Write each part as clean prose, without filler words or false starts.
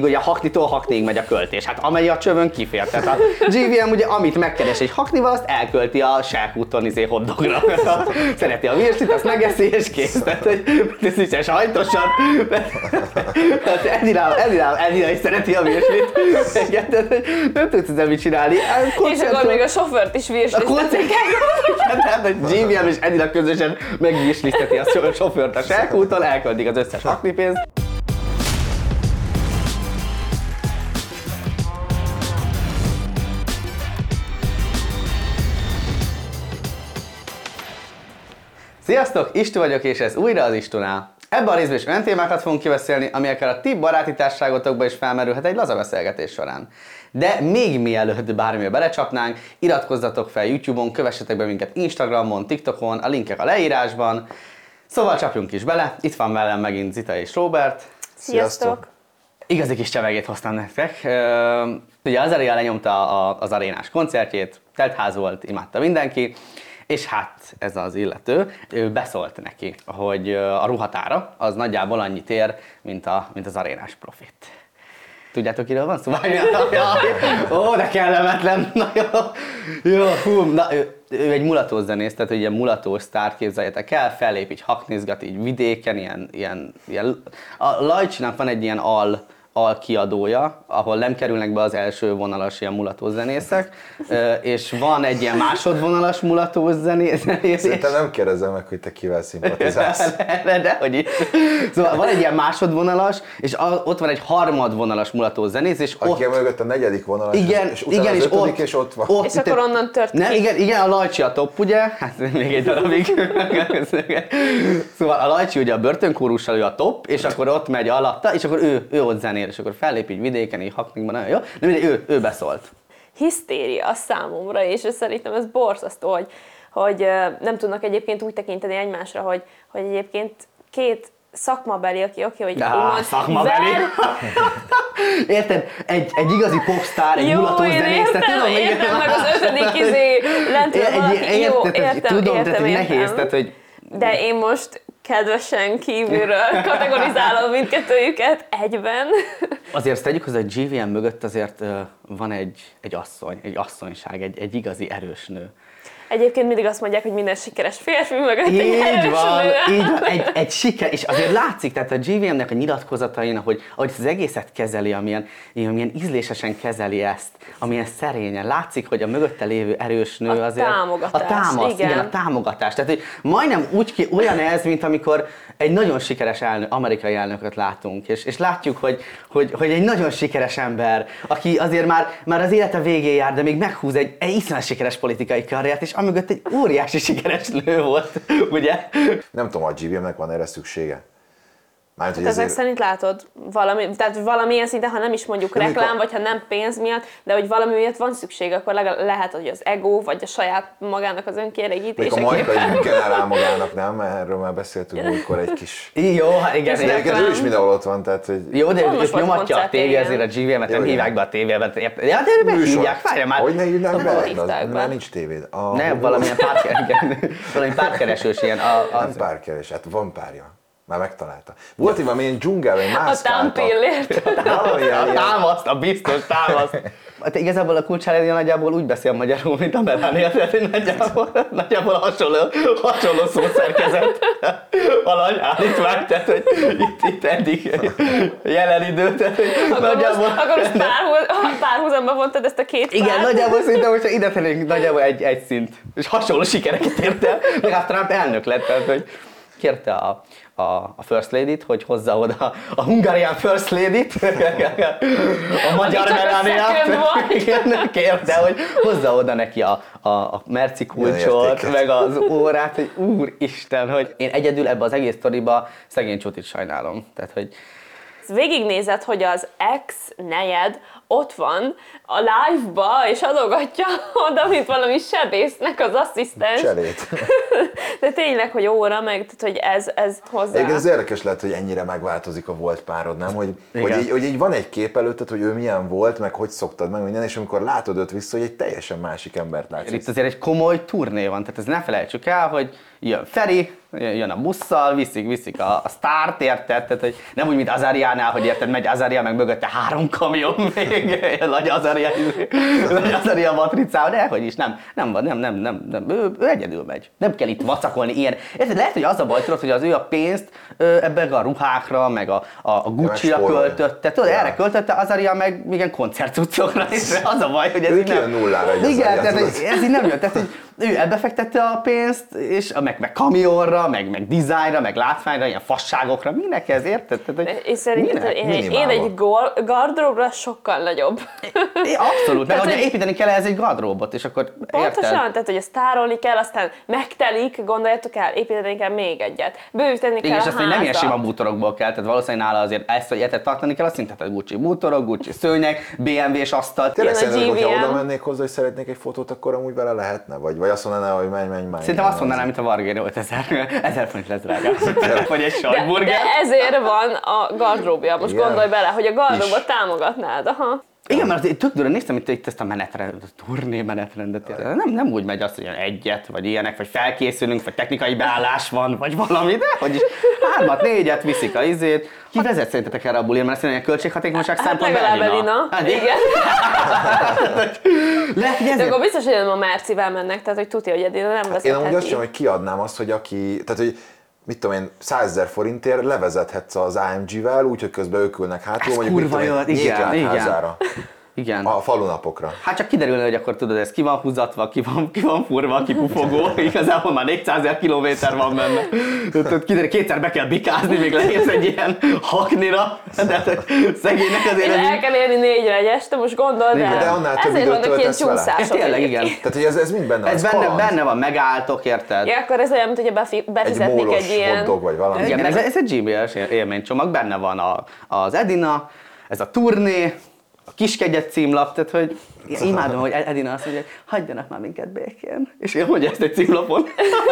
ugye a haknitól haknig megy a költés, hát amely a csövön kifér. Tehát a GVM ugye amit megkeres egy haknival, azt elkölti a Shark-úton hotdogra. Szereti a virslit, azt megeszi és kész. Tehát, hogy ez is sajtosan. Edina is szereti a virslit. Nem tudsz ezzel mit csinálni. És akkor még a sofőrt is virsliztetik. Tehát GVM és Edina közösen megvirslizteti a sofőrt a Shark-úton, elköltik az összes haknipénzt. Sziasztok, Istu vagyok, és ez újra az Istunál. Ebben a részben is olyan témákat fogunk kibeszélni, amelyekkel a ti baráti társaságotokban is felmerülhet egy laza beszélgetés során. De még mielőtt bármivel belecsapnánk, iratkozzatok fel YouTube-on, kövessetek be minket Instagramon, TikTokon, a linkek a leírásban. Szóval csapjunk is bele, itt van velem megint Zita és Robert. Sziasztok! Igazi kis csevegét hoztam nektek. Ugye az Aria lenyomta az arénás koncertjét, teltház volt, imádta mindenki. És hát ez az illető, ő beszólt neki, hogy a ruhatára az nagyjából annyit ér, mint az arénás profit. Tudjátok, kiről van szó? Ó, de kellemetlen! Na jó, hú, na, ő egy mulatós zenész, tehát egy mulatós sztárt képzeljetek el, fellép így haknizgat így vidéken, ilyen a Lajcsinak van egy ilyen alkiadója, ahol nem kerülnek be az első vonalas ilyen mulatós zenészek, és van egy ilyen másodvonalas mulatós zenész. Szerintem nem kérdezem meg, hogy te kivel szimpatizálsz. Dehogy is. Szóval van egy ilyen másodvonalas, és ott van egy harmadvonalas mulatós zenész, és aki mögött a negyedik vonalas, és utána az ötödik, és ott van. És akkor onnan tört ki. Igen, a Lajcsi a top, ugye? Hát még egy darabig. Szóval a Lajcsi ugye a börtönkórussal, ő a top, és akkor ott megy alatta, és akkor ő ott zenél, és akkor fellép így vidéken, így haknikban, nagyon jó. De mindegy, ő beszólt. Hisztéria számomra, és szerintem ez borzasztó, hogy nem tudnak egyébként úgy tekinteni egymásra, hogy egyébként két szakmabeli, aki oké, hogy úgymond szakmabeli. Érted? Egy igazi popstar, egy mulatós zenész. Értem, meg az ötödik lentről valaki. Jó, értem. Tehát nehéz, tehát hogy... De én most kedvesen kívülről kategorizálom mindkettőjüket egyben. Azért tegyük hozzá, hogy GVM mögött azért van egy asszony, egy asszonyság, egy igazi erős nő. Egyébként mindig azt mondják, hogy minden sikeres férfi mögött egy erős nő. Így van, egy siker, és azért látszik, tehát a GVM-nek a nyilatkozatain, ahogy az egészet kezeli, amilyen ízlésesen kezeli ezt, amilyen szerényen. Látszik, hogy a mögötte lévő erős nő azért... Igen, a támogatás. Tehát, hogy majdnem olyan ez, mint amikor egy nagyon sikeres amerikai elnököt látunk, és látjuk, hogy egy nagyon sikeres ember, aki azért már az élete végén jár, de még meghúz egy iszonyat sikeres politikai karriert, és amögött egy óriási sikeres nő volt, ugye? Nem tudom, a GVM-nek van erre szüksége. Mármint, hogy ezek szerint látod, tehát valamilyen szinten, ha nem is mondjuk reklám, vagy ha nem pénz miatt, de hogy valami miatt van szükség, akkor lehet, hogy az ego, vagy a saját magának az önkielégítése. Még a Majka is generál magának, nem? Mert erről már beszéltünk múltkor egy kis... Jó, hát igen. Egyébként ő is mindenhol ott van, tehát... Hogy... Jó, de ők nyomatja a tévé, ezért a GVM-et nem hívják be a tévébe. Ja, de behívják, várja már. Hogy ne hívnák be? Mert nincs tévéd. Nem, valamilyen párkeresős ilyen. Nem párkeres, hát van párja. Már megtalálta. Volt egy valamilyen dzsungelben, mászkáltak. A támpillért. A biztos támaszt. Hát igazából a Kulcsár nagyjából úgy beszél magyarul, mint a Melania, tehát nagyjából hasonló szószerkezet. Valahogy állítvány, tehát hogy itt eddig jelen idő, tehát nagyjából... Akkor most párhuzamba vontad ezt a két párt? Igen, nagyjából szerintem, hogyha ide tennénk nagyjából egy szint, és hasonló sikereket ért el, meg hát Trump elnök lett, tehát hogy kérte a First Lady-t, hogy hozza oda a Hungarian First Lady-t, a magyar Melaniát, kérte, hogy hozza oda neki a merci kulcsot, meg az órát, hogy úristen, hogy én egyedül ebbe az egész sztoriba szegény Csutit sajnálom. Tehát, hogy végignézed, hogy az ex-nejed ott van a live-ba, és adogatja oda, mint valami sebésznek az asszisztens. Cselét. De tényleg, hogy óra, meg hogy ez hozzá. Egyébként ez érdekes lehet, hogy ennyire megváltozik a volt párod, nem? Hogy így van egy kép előtted, hogy ő milyen volt, meg hogy szoktad meg minden, és amikor látod őt vissza, hogy egy teljesen másik embert látsz. Itt azért egy komoly turné van, tehát ezt ne felejtsük el, hogy jön Feri, jön a busszal, viszik a sztárt, érted? Tehát, hogy nem úgy, mint Azariánál, hogy érted, megy Azaria, meg mögötte 3 kamion még, nagy Azaria matricával, de hogy is, nem. Ő egyedül megy. Nem kell itt vacakolni ilyen. Érted, lehet, hogy az a baj, tudod, hogy az ő a pénzt ebben a ruhákra, meg a Gucci-ra költötte, tudod, erre költötte, Azaria meg igen koncertcuccokra, és az a baj, hogy ez így nem... Igen, tehát ez így nem jön. Tehát, hogy ő ebbe fektette a pénzt, és meg kamionra, meg dizájnra, meg látványra, ilyen fasságokra, minek ez, érted? És szerintem én egy gardróbra sokkal nagyobb. Abszolút, mert ugye építeni kell ez egy gardróbot, és akkor pontosan, tehát hogy ezt tárolni kell, aztán megtelik, gondoljátok el, építeni kell még egyet, bővíteni kell a házat. És azt nem ilyen sima bútorokból kell, tehát valószínűleg nála azért ezt, hogy érted tartani kell, azt szinte Gucci bútorok, Gucci szőnyeg, BMW-s asztal. Tényleg szerintem, hogyha oda mennék hozzá, hogy szeretnék egy fotót, akkor amúgy vele lehetne? Vagy azt mondaná, hogy menj. Szerintem azt mondanám, mint a Vargéri volt 1000 forint lesz drága. Vagy egy sajtburger. De ezért van a gardróbja. Most gondolj bele, hogy a gardróbot támogatnád. Aha. Igen, mert tök durva néztem itt ezt a menetrendet, a turné menetrendet. Nem úgy megy az, hogy egyet, vagy ilyenek, vagy felkészülünk, vagy technikai beállás van, vagy valami, de hogy is 3, 4 viszik a izét. Ki vezet szerintetek erre a bulira, mert szerintem költséghatékonyság szempontból Elina. Hát igen. De akkor biztos, hogy nem a Mercivel mennek, tehát hogy tudja, hogy Edina nem vezetheti. Én amúgy azt sem, hogy kiadnám azt, hogy aki, tehát hogy mit tudom én, 100 000 forintért levezethetsz az AMG-vel, úgyhogy közben ők ülnek hátul, mondjuk Nyéklátházárra. Igen. A falunapokra. Hát csak kiderülne, hogy akkor tudod, ez ki van húzatva, ki van furva, ki pufogó, igazából már 400 000 kilométer van benne. Kiderül, kétszer be kell bikázni, még leérsz egy ilyen haknira, de szegénynek azért... És el kell érni 4-re egy este, most gondold el. De annál több időt töltesz vele. Tényleg, igen. Tehát, hogy ez mind benne ez benne van, megálltok, érted? Ja, akkor ez olyan, mint hogyha befizetnék egy ilyen... Egy vagy valami. Igen, ez egy GBS élménycsomag, benne van az Edina, ez a turné, a Kiskegyed címlap, tehát hogy imádom, hogy Edina azt mondja, hogy hagyjanak már minket békén. És én mondja ezt egy címlapon.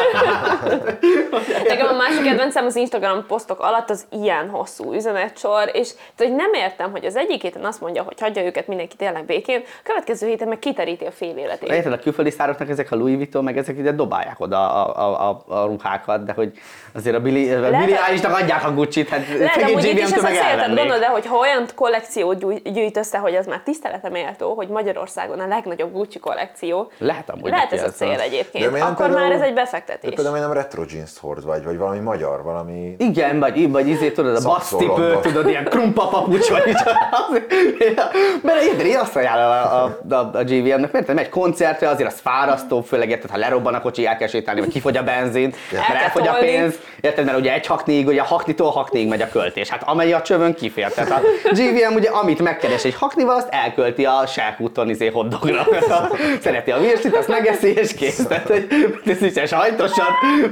Nekem a másik kedvencem az Instagram posztok alatt az ilyen hosszú üzenetsor, és tehát, hogy nem értem, hogy az egyik héten azt mondja, hogy hagyja őket mindenki tényleg békén, a következő héten meg kiteríti a fél életét. Érted, a külföldi sztároknak ezek a Louis Vuitton, meg ezek ide dobálják oda a ruhákat, de hogy azért a Billie Eilish-nak adják a Gucci-t, hát szegény GVM-től meg elvennék. Gondolod, hogy ha olyan kollekciót gyűjt össze, hogy az már tiszteletre méltó, hogy Magyarországon a legnagyobb Gucci kollekció. Lehet ez a cél egyébként. Akkor már ez egy befektetés. De például nem retro jeans hord vagy valami magyar, valami... Igen, vagy izé, tudod, a basztipő, tudod, ilyen krumpa papucs vagy. Mert én azt ajánlom a GVM-nek, mert megy koncertre, azért az fárasztó, főleg érted, ha lerobban a kocsi, el kell sétálni, vagy kifogy a benzin, mert elfogy a pénz, érted, mert ugye egy hakniig, ugye a haknitól hakniig megy a költés. Hát amely a csövön kifér. Tehát a GVM ugye amit megkeres egy haknival, azt elkölti a Shell úton hotdogra. Szereti a virslit, azt megeszi és kész. Tehát, hogy ez nincsen sajtosan.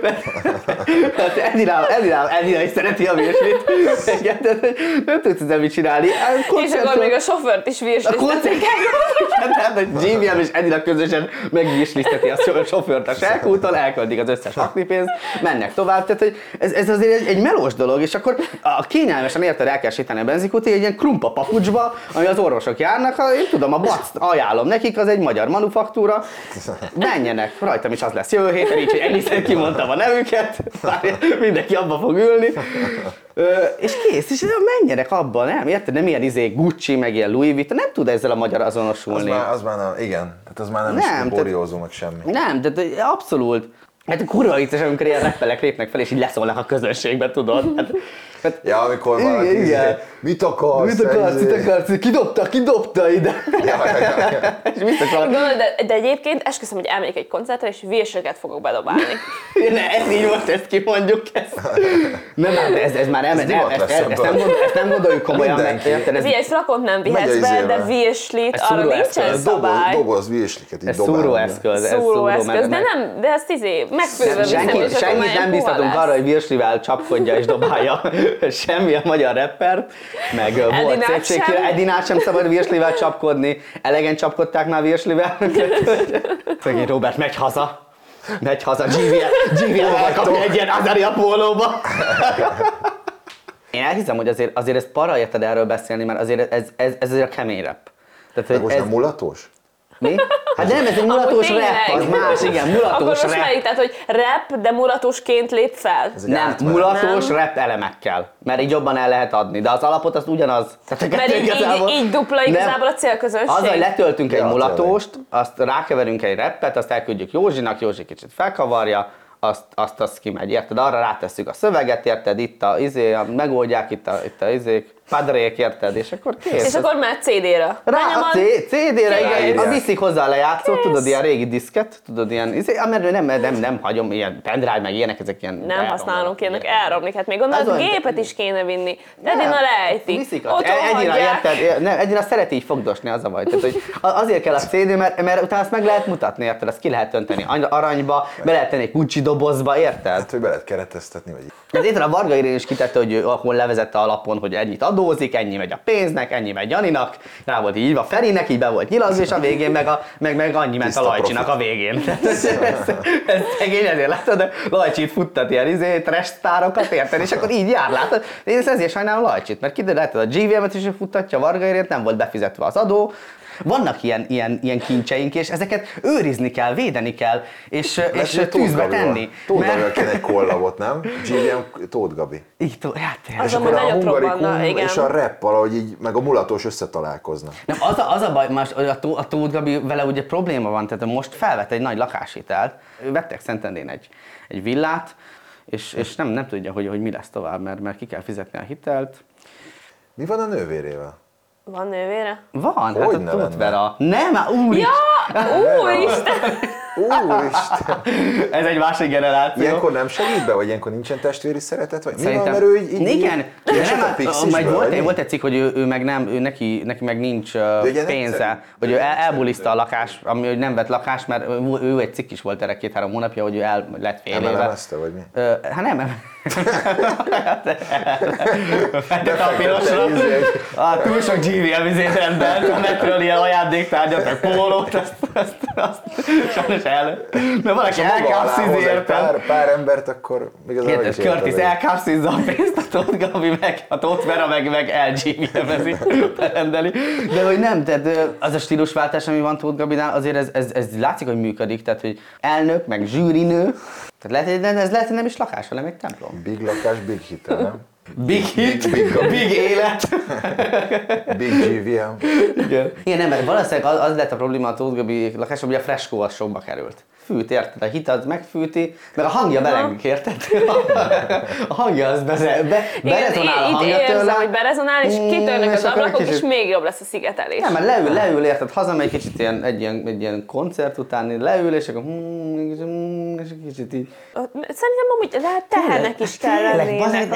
Edina is szereti a virslit. Nem tudsz ezzel mit csinálni. És akkor még a sofőrt is virsliztetik. Tehát, hogy GVM és Edina közösen megvirslizteti a sofőrt a Shell úton, elköltik az összes haknipénzt, mennek tovább. Tehát, hogy ez azért egy melós dolog, és akkor a kényelmesen érted el kell sétálni a benzinkúti egy ilyen krumpa papucsba, ami az orvosok járnak, ha én tudom, a Bac ajánlom nekik, az egy magyar manufaktúra, menjenek, rajtam is az lesz jövő héten, így, hogy ennyiszer kimondtam a nevüket, mindenki abba fog ülni, és kész, és menjenek abba, nem, érted, nem ilyen Gucci, meg ilyen Louis Vuitton, nem tud ezzel a magyar azonosulni. Az már nem, igen, tehát az már nem is boríózó, meg semmi. Nem, de abszolút. Hát kurva vicces, amikor ilyen rappelek lépnek fel, és így leszólnak a közönségbe, tudod. Hát, ja, amikor valaki mit akarsz, kidobta ide. És biztos van. De egyébként esküszöm, hogy elmegyek egy koncertre, és vérseket fogok bedobálni. Ne, ez így most, ezt kimondjuk. Nem, ez már ezt nem gondoljuk komolyan, mert érted? Ez egy flakont nem vihetsz be, de virslit, arra nincsen szabály. Doboz virsliket így ez szúróeszköz. De ezt megfőzve viszem, és senkit nem biztatunk arra, hogy virslivel csapkodja és dobálja semmi a magyar rappert, meg volt szépségkül, Edinát sem szabad virslivel csapkodni, elegen csapkodták már virslivel. Szegény Robert megy haza, GVL elkapja egy ilyen Azaria pólóba. Én elhiszem, hogy azért ez para, érted erről beszélni, mert azért ez azért a kemény rap. Tehát, most nem mulatós? Mi? Hát nem, ez egy mulatós rap, az más, igen, mulatós akkor most rap. melyik? Tehát, hogy rap, de mulatósként lép fel? Nem, mulatós rap elemekkel, mert így jobban el lehet adni, de az alapot az ugyanaz. Mert így dupla igazából a célközönség. Az, hogy letöltünk egy mulatóst, azt rákeverünk egy rappet, azt elküldjük Józsinak, Józsi kicsit felkavarja, azt kimegy, érted? Arra rátesszük a szöveget, érted? Itt megoldják itt a izék, padrék, érted? És akkor kész. És akkor megy CD-re. CD-re, igen, viszik hozzá a lejátszót, tudod, ilyen régi diszket, tudod, ilyen nem hagyom, ilyen pendrive, meg ilyenek, ezek ilyen... Nem használunk ilyenek, elromlik, hát még gondolod, gépet is kéne vinni. De Edina lejti. Viszik, Edina szereti így fogdosni, az a baj. Tehát, hogy azért kell a CD, mert utána azt meg lehet mutatni, érted? Azt ki lehet önteni aranyba, be lehet tenni egy Gucci dobozba, érted? Hát, hogy be lehet kereteztetni, vagy így. Ez itt a Varga Irén is kitette, hogy ő akkor levezette a lapon, hogy ennyit adózik, ennyi megy a pénznek, ennyi megy Janinak, rá volt így a Ferinek, így be volt nyilazva, és a végén meg annyi ment a Lajcsinak a végén. Ez szegény, ezért látod, de Lajcsit futtat ilyen trash sztárokat, érted? És akkor így jár, látod? Én ezért sajnálom Lajcsit, mert kiderült, a GVM-et is futtatja, a Varga Irént, nem volt befizetve az adó. Vannak ilyen kincseink, és ezeket őrizni kell, védeni kell, és tűzbe tenni. Tóth Gabival kéne egy kollabot, nem? GVM Tóth Gabi. Így, hát, és akkor a hungarikum és a rap valahogy így, meg a mulatos összetalálkoznak. Nem, az a baj, most a Tóth Gabi vele ugye probléma van, tehát most felvett egy nagy lakáshitelt, vettek Szentendrén egy villát, és nem tudja, hogy mi lesz tovább, mert ki kell fizetni a hitelt. Mi van a nővérével? Van nővére? Van, hát a Tóth Vera. Nem, úristen! Ja, úristen! Úristen! Ez egy másik generáció. Ilyenkor nem segít be, vagy ilyenkor nincsen testvéri szeretet? Vagy szerintem, mi van, mert ő így igen, volt egy cikk, hogy ő meg nem, neki meg nincs pénze, hogy ő elbuliszta a lakást, ami hogy nem vett lakást, mert ő egy cikk is volt erre 2-3 hónapja, hogy ő lett fél éve. MLM-ezte, vagy mi? Hát nem. Fektet a pirosra. Túl sok GVM izét rendelt, a metről ilyen ajándéktárgyat, meg pólót, azt sajnos el. De valaki elkápsziz értem. Pár embert, akkor igazából is érted. Curtis elkápszizza a pénzt, a Tóth Gabi meg, a Tóth Vera meg LGVM-ezi, berendeli. De hogy nem, tehát az a stílusváltás, ami van Tóth Gabinál, azért ez látszik, hogy működik, tehát hogy elnök, meg zsűrinő, tehát ez lehet, hogy nem is lakás, hanem egy templom. Big lakás, big hitel, nem? Big hit, big élet. Big GVM. Igen, nem, mert valószínűleg az lett a probléma a Tóth Gabi lakása, hogy a freskó az sokba került. Fűt, érted? A hit az megfűti, meg a hangja belegik, érted? A hangja az berezonál a hangja tőle. Érzem, hogy berezonál, és kitörnek az ablakok, és még jobb lesz a szigetelés. Nem, mert leül, érted? Hazamegy kicsit egy ilyen koncert után, leül, és akkor és kicsit így. Szerintem amúgy lehet tehernek is kell lennének.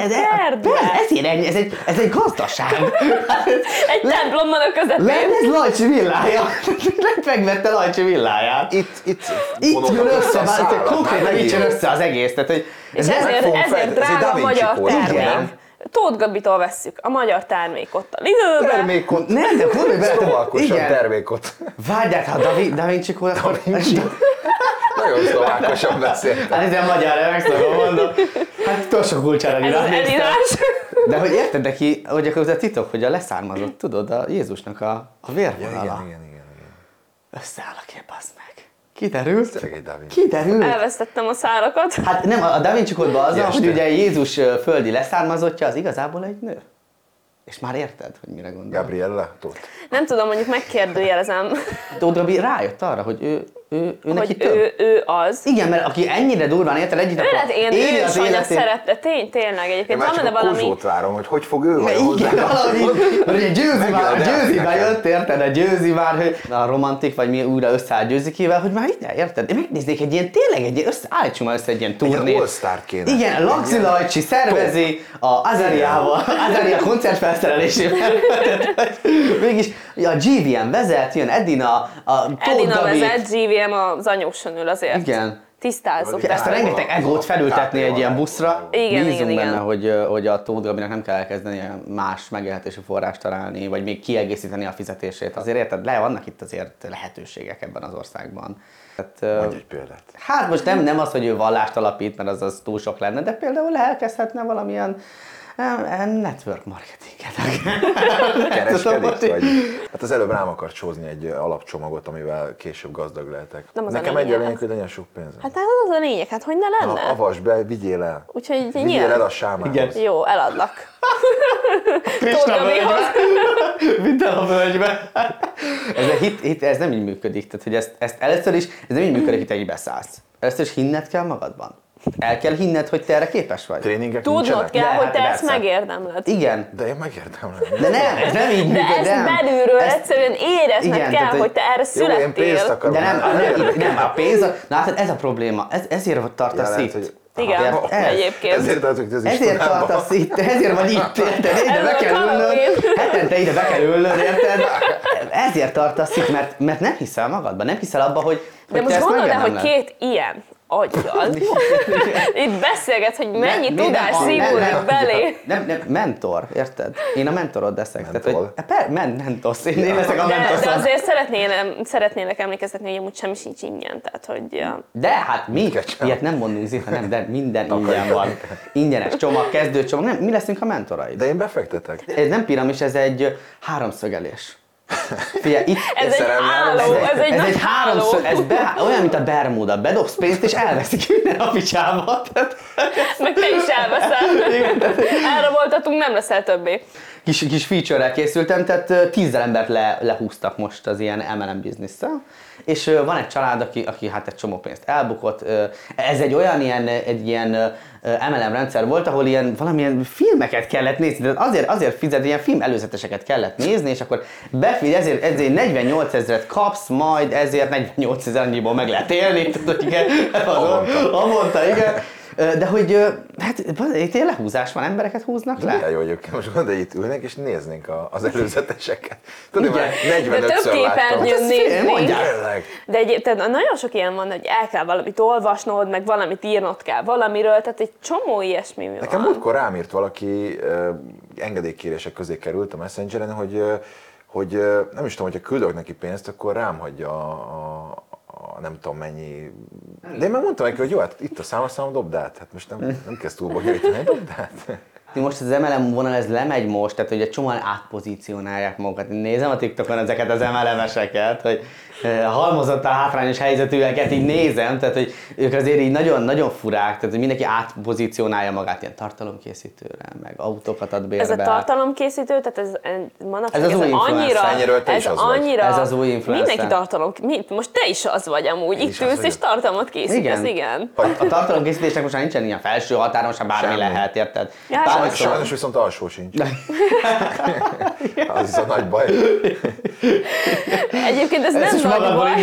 Ez egy gazdaság. Egy templom van a közepén. Ez Lajcsi villája. Megvette Lajcsi villáját. Itt jön össze, konkrétan így jön össze az egész. Tehát, hogy ezért drága a magyar termék. Tóth Gabitól vesszük a magyar termékot a Lidlbe. Termékot. Nem, de hogy szlovákosan termékot. Várját, ha Da Vinci-kóra, akkor... Nagyon szlovákosan beszélt. Hát ez a magyar, meg szokom mondom. Hát Tosso Kulcsára Elinás. De hogy érted neki, hogy akkor a titok, hogy a leszármazott, tudod, a Jézusnak a vérvonala. Igen. Összeáll a kép, az meg. Kiderült. Elvesztettem a szálakat. Hát nem, a Da Vinci Kódban az, hogy ugye Jézus földi leszármazottja, az igazából egy nő. És már érted, hogy mire gondolok? Gabriella? Tóth. Nem tudom, mondjuk megkérdőjelezem. Tóth Gabi rájött arra, hogy ő neki több. Ő az. Igen, mert aki ennyire durván érted együtt, akkor éli az életét. Szerette, tényleg egyébként. Én már csak a Kuzsót várom, hogy fog ő vagy hozzá. Igen, valami, mert ugye Győzi már jött, érted? A Győzi már, hogy a romantik, vagy mi újra összeáll Győzikével, hogy már ide, érted? Én megnéznék egy ilyen, tényleg egy ilyen, állítsunk már össze egy ilyen turnét. Egy all-start kéne. Igen, Laci Lajcsi szervezi a Azaria koncertfelszerelésével. Mégis a GVM vezet, jön Edina, a Tóth Edina Gabi. vezet, GVM az anyóson ül azért. Igen. Tisztázzuk. Ezt a rengeteg egót felültetni egy ilyen buszra. Igen. Bízunk benne, hogy a Tóth Gabinak nem kell elkezdeni más megélhetési forrást találni, vagy még kiegészíteni a fizetését. Azért érted, vannak itt azért lehetőségek ebben az országban. Mondj egy példát. Hát most nem az, hogy ő vallást alapít, mert az túl sok lenne, de például elkezdhetne valamilyen Network marketinget. Kereskedik? Vagy? Hát az előbb rám akart sózni egy alapcsomagot, amivel később gazdag lehetek. Nekem egy a lényeg, hogy legyen sok pénzem. Hát az a lényeg, hát hogy ne lenne? Avasd be, vigyél el. Úgyhogy vigyél el a sámához. Jó, eladlak. Krisna völgybe. Vidd el a völgybe. Ez nem így működik. Tehát, hogy ezt először is, ez nem így működik, hogy te így beszállsz. Először is hinned kell magadban. El kell hinned, hogy te erre képes vagy. Tréningek tudnod nincsenek? kell, hogy te ezt megérdemled. Igen. De én megérdemlem. De nem, ez nem így működik. De ezt belülről egyszerűen érezned kell, hogy te erre születtél. Jó, én pénzt akarok. De nem, a pénz, na hát ez a probléma, ezért tartasz itt. Igen, egyébként. Ezért tartok az ezért tartasz itt, ezért vagy itt, érted? Ide be kell ülnöd, hetente ide be kell ülnöd, érted? Ezért tartasz itt, mert nem hiszel magadban, nem hiszel abba, hogy de most gondold el, hogy két ilyen aggyal itt beszélgetsz, hogy mennyi tudás szívódik belé. Nem, mentor, érted? Én a mentorod leszek. Mentor? Mentor, én leszek a mentor. De azért szeretnélek emlékeztetni, hogy amúgy semmi sincs ingyen, tehát hogy... De hát mi ilyet nem mondunk Zita, nem, de minden ingyen van. Ingyenes csomag, kezdőcsomag, nem, mi leszünk a mentoraid. De én befektetek. Ez nem piramis, ez egy háromszögelés. Figyelj, itt ez egy háló, ez egy háromszög, olyan, mint a Bermuda, bedobsz pénzt és elveszik minden a picsába. Meg te is elveszel. Elraboltatunk, nem leszel többé. Kis feature-rel készültem, tehát 10 embert lehúztak most az ilyen MLM bizniszsel. És van egy család, aki hát egy csomó pénzt elbukott. Ez egy ilyen MLM rendszer volt, ahol valamilyen filmeket kellett nézni, azért fizetni, ilyen film előzeteseket kellett nézni, és akkor ezért 48 000 kapsz, majd ezért 48 000 annyiból meg lehet élni. Tehát, igen, mondta, igen. De hogy hát itt lehúzás van, embereket húznak le. Milyen jó, hogy most gondolj, itt ülnek és néznénk az előzeteseket. Tudod, már de 45-ször láttam. néznénk. De egyébként nagyon sok ilyen van, hogy el kell valamit olvasnod, meg valamit írnod kell valamiről, tehát egy csomó ilyesmi van. Nekem múltkor rám írt valaki, engedélykérések közé került a Messengeren, hogy nem is tudom, hogyha küldök neki pénzt, akkor rám hagyja a nem tudom mennyi. De én meg mondtam neki, hogy jó, hát itt a számom, dobd át. Hát most nem kezd túl bonyolítani, dobd át. Most az MLM vonal ez lemegy most, tehát hogy egy csomóan átpozícionálják magukat. Én nézem a TikTokon ezeket az MLM-eseket, hogy halmozottan hátrányos helyzetűeket így nézem, tehát hogy ők azért így nagyon furák, tehát hogy mindenki átpozícionálja magát ilyen tartalomkészítőre, meg autókat ad bérbe. Ez a tartalomkészítő, tehát ez az új annyira, ez az új influencer. Mindenki most te is az vagy amúgy, itt ülsz és tartalmat készítesz, igen. A tartalomkészítésnek most már nincsen ilyen felső határon, sem bármi lehet, érted? Sajnos viszont alsó sincs. Az is a nagy baj. Egyébként ez nem nagy baj.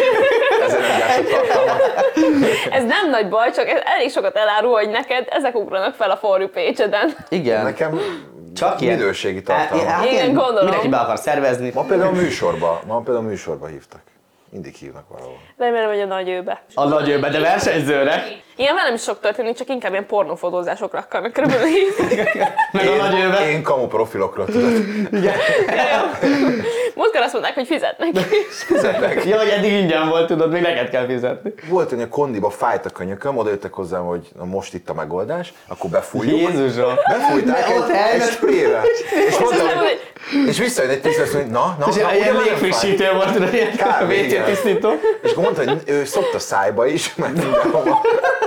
Ez nem nagy baj, csak elég sokat elárul, hogy neked ezek ugranak fel a For You page-eden. Igen. Nekem csak minőségi tartalom. Igen, gondolom. Mindenki be akar szervezni. Ma például műsorba hívtak. Mindig hívnak valahol. Remélem, hogy a nagy őbe. A nagy őbe, de versenyzőre. Ilyen velem is sok történik, csak inkább ilyen pornófotózásokra akarnak körülbelül hívni. Meg a nagy őbe. Én kamu profilokra tudod. Igen. Múltkor azt mondták, hogy fizetnek. Ja, hogy eddig ingyen volt, tudod, még neked kell fizetni. Volt, hogy a kondiba fájt a könyököm, odajöttek hozzám, hogy na most itt a megoldás, akkor befújjuk. Jézusom! Befújták egy sprével. És mondtam, és visszajön egy 10 perc, hogy na, ilyen légfrissítő volt, tudod, ilyen WC tisztító. És akkor mondta, hogy ő szokta szájba is, meg mindenhova.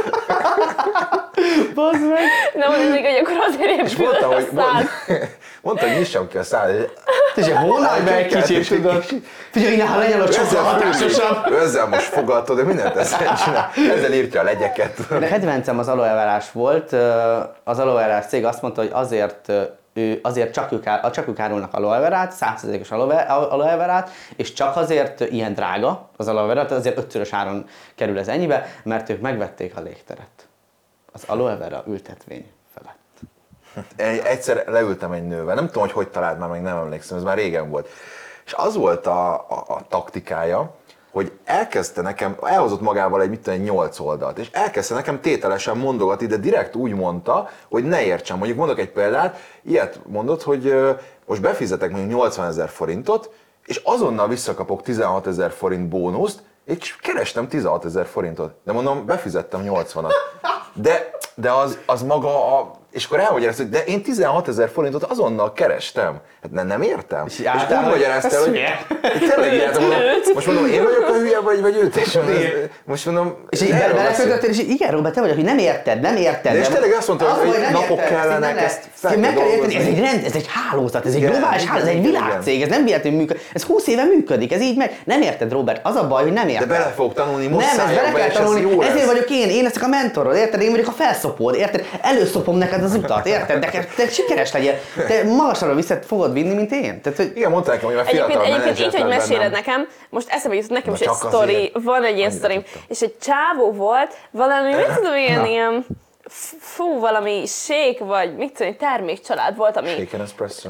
Bazd meg! Nem mondjuk, hogy akkor azért épül a szád. Mondta, hogy nyissam ki a szád. Tessék, hónalj be egy kicsit, tudod. Figyelj, ha legyen a sokkal hatásosabb. Ezzel most fogadtad, de mindent ezzel csinál. Ezzel írtja a legyeket. De kedvencem az aloe verás volt. Az aloe verás cég azt mondta, hogy azért csak ők árulnak aloe verát, 100%-os aloe verát, és csak azért ilyen drága az aloe verát, azért 5-szörös áron kerül ez ennyibe, mert ők megvették a légteret az aloe vera ültetvény felett. Egyszer leültem egy nővel, nem tudom, hogy talált már, meg nem emlékszem, ez már régen volt. És az volt a taktikája, hogy elhozott magával egy 8 oldalt, és elkezdte nekem tételesen mondogatni, de direkt úgy mondta, hogy ne értsem. Mondjuk mondok egy példát, ilyet mondott, hogy most befizetek mondjuk 80 000 forintot, és azonnal visszakapok 16 000 forint bónuszt, és kerestem 16 000 forintot. De mondom, befizettem 80-at. De az maga És akkor elmagyarázta, hogy de én 16 000 forintot azonnal kerestem. Hát nem értem. És úgy magyarázta, hogy tényleg írtam, most mondom, én vagyok a hülye, vagy őt is. Most mondom, és így beleföldöttél, és igen, Robert, te vagy, hogy nem érted. De és tényleg azt mondta, hogy napok kellenek, ezt fel meg kell érteni, ez egy hálózat, ez egy globális hálózat, ez egy világcég, ez nem véletlenül működik, ez 20 éve működik, ez így meg. Nem érted, Robert, az a baj, hogy nem érted. De bele fog tanulni, nem, ezt bele kell tanulni, ezért vagyok én leszek a mentorod, érted? Én vagyok a felszopód, érted? Előszopom neked az utat, érted? Te sikeres legyél, te magasra vissza fogod vinni, mint én. Tehát, hogy... Igen, mondták, hogy már fiatal Egyébként így, hogy meséled nekem, most eszembe jutott nekem is egy sztori, van egy ilyen sztorim, és egy csávó volt, valami, mit tudom, ilyen valami shake, vagy mit tudom, termékcsalád volt, ami... Shake and espresso.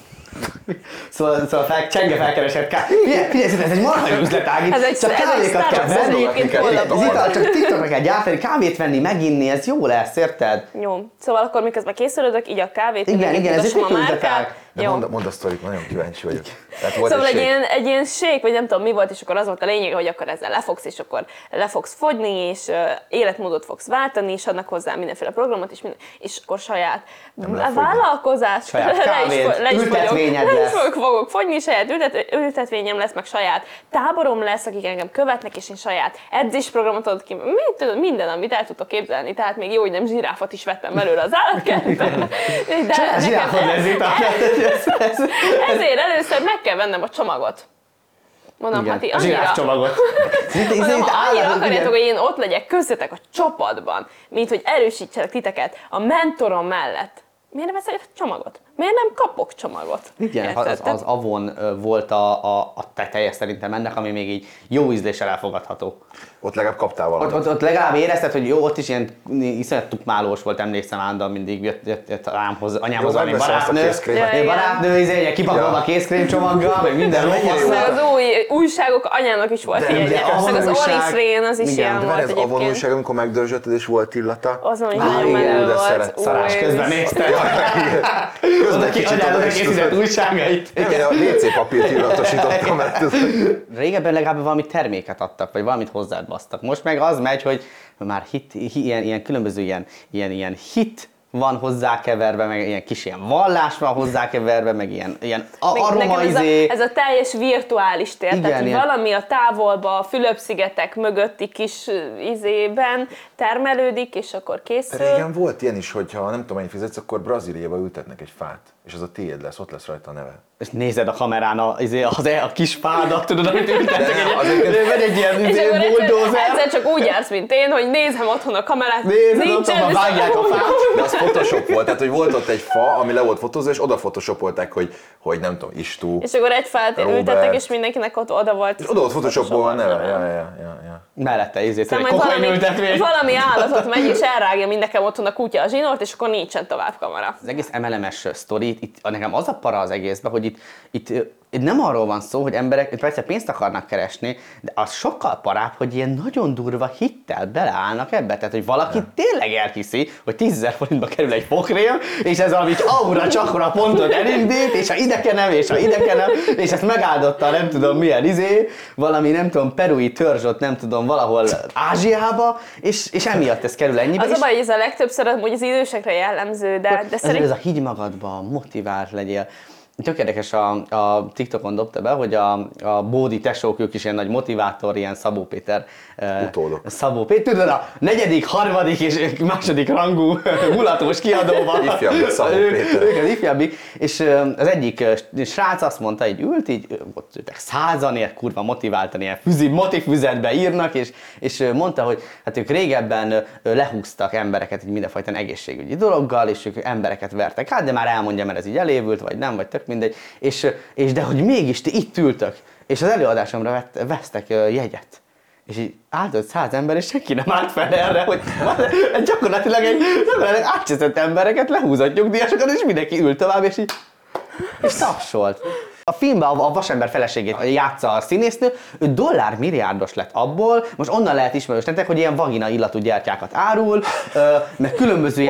Szóval csenge felkeresett figyelj, ez egy marha üzletág, csak kávékat kell venni, az ital csak TikTokra kell gyártani, kávét venni, meginni, ez jó lesz, érted? Jó, szóval akkor miközben készülődök, így a kávét, igen, ez egy üzletág. Mondd a sztorit, nagyon kíváncsi vagyok. Szóval egy ilyen shake, vagy nem tudom mi volt, és akkor az volt a lényege, hogy akkor ezzel lefogsz, és akkor le fogsz fogyni, és életmódot fogsz váltani, és adnak hozzá mindenféle programot, és akkor saját vállalkozás, saját kávét, ültetvényed lesz. Fogok fogyni, saját ültetvényem lesz, meg saját táborom lesz, akik engem követnek, és én saját edzésprogramot adok ki. Minden, amit el tudtok képzelni, tehát még jó, hogy nem zsiráfot is vettem belőle az állatkertben. Zsiráfot lesz ezért először meg kell vennem a csomagot. Mondom, igen, hát a zsiráf csomagot. Mondom, ha annyira akarjátok, hogy én ott legyek köztetek a csapatban, mint hogy erősítselek titeket a mentorom mellett, miért nem veszel egy csomagot? Miért nem kapok csomagot? Igen, az Avon volt a teteje szerintem ennek, ami még így jó ízléssel elfogadható. Ott legalább kaptál valamit. Ott legalább érezted, hogy jó, ott is ilyen iszonyat tukmálós volt, emlékszem állandóan mindig jött anyámhoz valami barátnő, kipakolva a készkrémcsomaggal, meg minden rohadt. Az új újságok anyának is volt ilyen. Az Oriflame az is ilyen volt egyébként. Az Avon újság, amikor megdörzsölted és volt illata. Azon is nagyon menő volt. Szarás közben nézted. Oda készített újságait. Én a WC papírt illatosítottam, mert... Régebben legalább valami terméket adtak, vagy valamit hozzád basztak. Most meg az megy, hogy már ilyen különböző ilyen hit van hozzákeverve, meg ilyen kis ilyen vallás van hozzákeverve, meg ilyen aroma ez a teljes virtuális tér, igen, tehát ilyen... valami a távolba, a Fülöp-szigetek mögötti kis izében termelődik, és akkor készül. Régen volt ilyen is, hogyha nem tudom, mennyi fizetsz, akkor Brazíliába ültetnek egy fát, és az a tiéd lesz, ott lesz rajta a neve. És nézed a kamerán a kis fádat, tudod, amit ültettek egy ilyen bulldozer. Egyszer csak úgy jársz, mint én, hogy nézem otthon a kamerát, nincsen, vágják a fát. De az Photoshop volt, tehát hogy volt ott egy fa, ami le volt fotózva, és oda photoshopolták, hogy nem tudom, Istú, és akkor egy fát ültettek, és mindenkinek oda volt. És oda volt photoshopolva a neve, ja. Mellette valami állatot megy, és elrágja nekem otthon a kutya a zsinort, és akkor nincsen tovább kamera. Az egész MLM-es sztori, itt nekem az a para az egészben, hogy itt nem arról van szó, hogy emberek persze pénzt akarnak keresni, de az sokkal parább, hogy ilyen nagyon durva hittel beleállnak ebbe. Tehát, hogy valaki tényleg elhiszi, hogy 10 000 forintba kerül egy fokrém, és ez valami aura csakra pontot elindít, és ha idekenem, és ezt megáldotta nem tudom milyen valami nem tudom perui törzsot, nem tudom valahol Ázsiába, és emiatt ez kerül ennyibe. Az a baj, hogy ez a legtöbbször hogy az idősekre jellemző, de szerintem... Ez a higgy magadba, motivált legyél. Tök érdekes, a TikTokon dobta be, hogy a Bódi tesók, ők is ilyen nagy motivátor, ilyen Szabó Péter. Utódok. Szabó Péter, tudod, a 4., 3. és 2. rangú mulatós kiadóban. Ifjabbik Szabó Péter. Ők az ifjabbik, és az egyik srác azt mondta, hogy ült, így ott ültek 100-an, kurva motiváltan, ilyen motivfüzetbe írnak, és mondta, hogy hát ők régebben lehúztak embereket egy mindenfajta egészségügyi dologgal, és ők embereket vertek át, de már elmondja, mert ez így elévült, vagy nem, vagy tök mindegy, és de hogy mégis ti itt ültök, és az előadásomra vesztek jegyet. És így állt 100 ember, és senki nem állt fel erre, hogy gyakorlatilag egy átcseszett embereket lehúzott nyugdíjasokat, és mindenki ült tovább, és így tapsolt. A filmben a vasember feleségét játsza a színésznő, ő dollármilliárdos lett abból, most onnan lehet ismerős nektek, hogy ilyen vagina illatú gyertyákat árul, meg különböző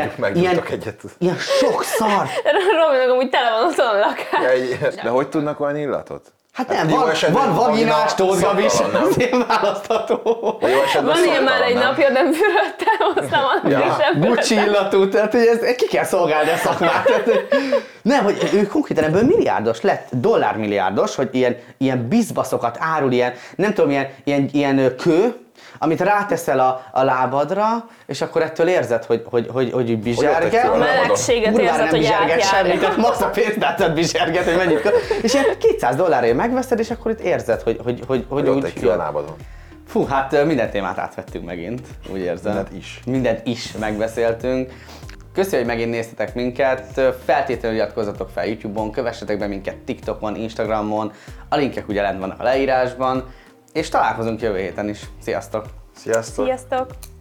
ilyen sok szar. Robinak amúgy tele van otthon a lakás. De hogy tudnak olyan illatot? Hát nem, jó van esetben vaginás, tózgab is, szaktalan, nem? azért választható. Jó esetben Van ilyen már szaktalan, egy nem? napja, nem fürödtem, aztán van Ja. Gucci illatú, tehát hogy ez, ki kell szolgálni a szakmát. Tehát, nem, hogy ő konkrétan ebből milliárdos lett, dollármilliárdos, hogy ilyen bizbaszokat árul, ilyen, nem tudom, ilyen kő, amit ráteszel a lábadra, és akkor ettől érzed, hogy bizserge. Hogy ott egy kő a melegséget Kurvára érzed, nem hogy bizserget semmi, átjár. tehát max a pénztárcát bizserget, hogy mennyit kap. És ilyen $200 megveszed, és akkor itt érzed, hogy Hogy ott úgy egy kő a lábadon. Fú, hát minden témát átvettünk megint, úgy érzem. Mindent is. Mindent is megbeszéltünk. Köszönjük, hogy megint néztetek minket, feltétlenül iratkozzatok fel YouTube-on, kövessetek be minket TikTokon, Instagramon, a linkek ugye lent vannak a leírásban, és találkozunk jövő héten is. Sziasztok! Sziasztok! Sziasztok!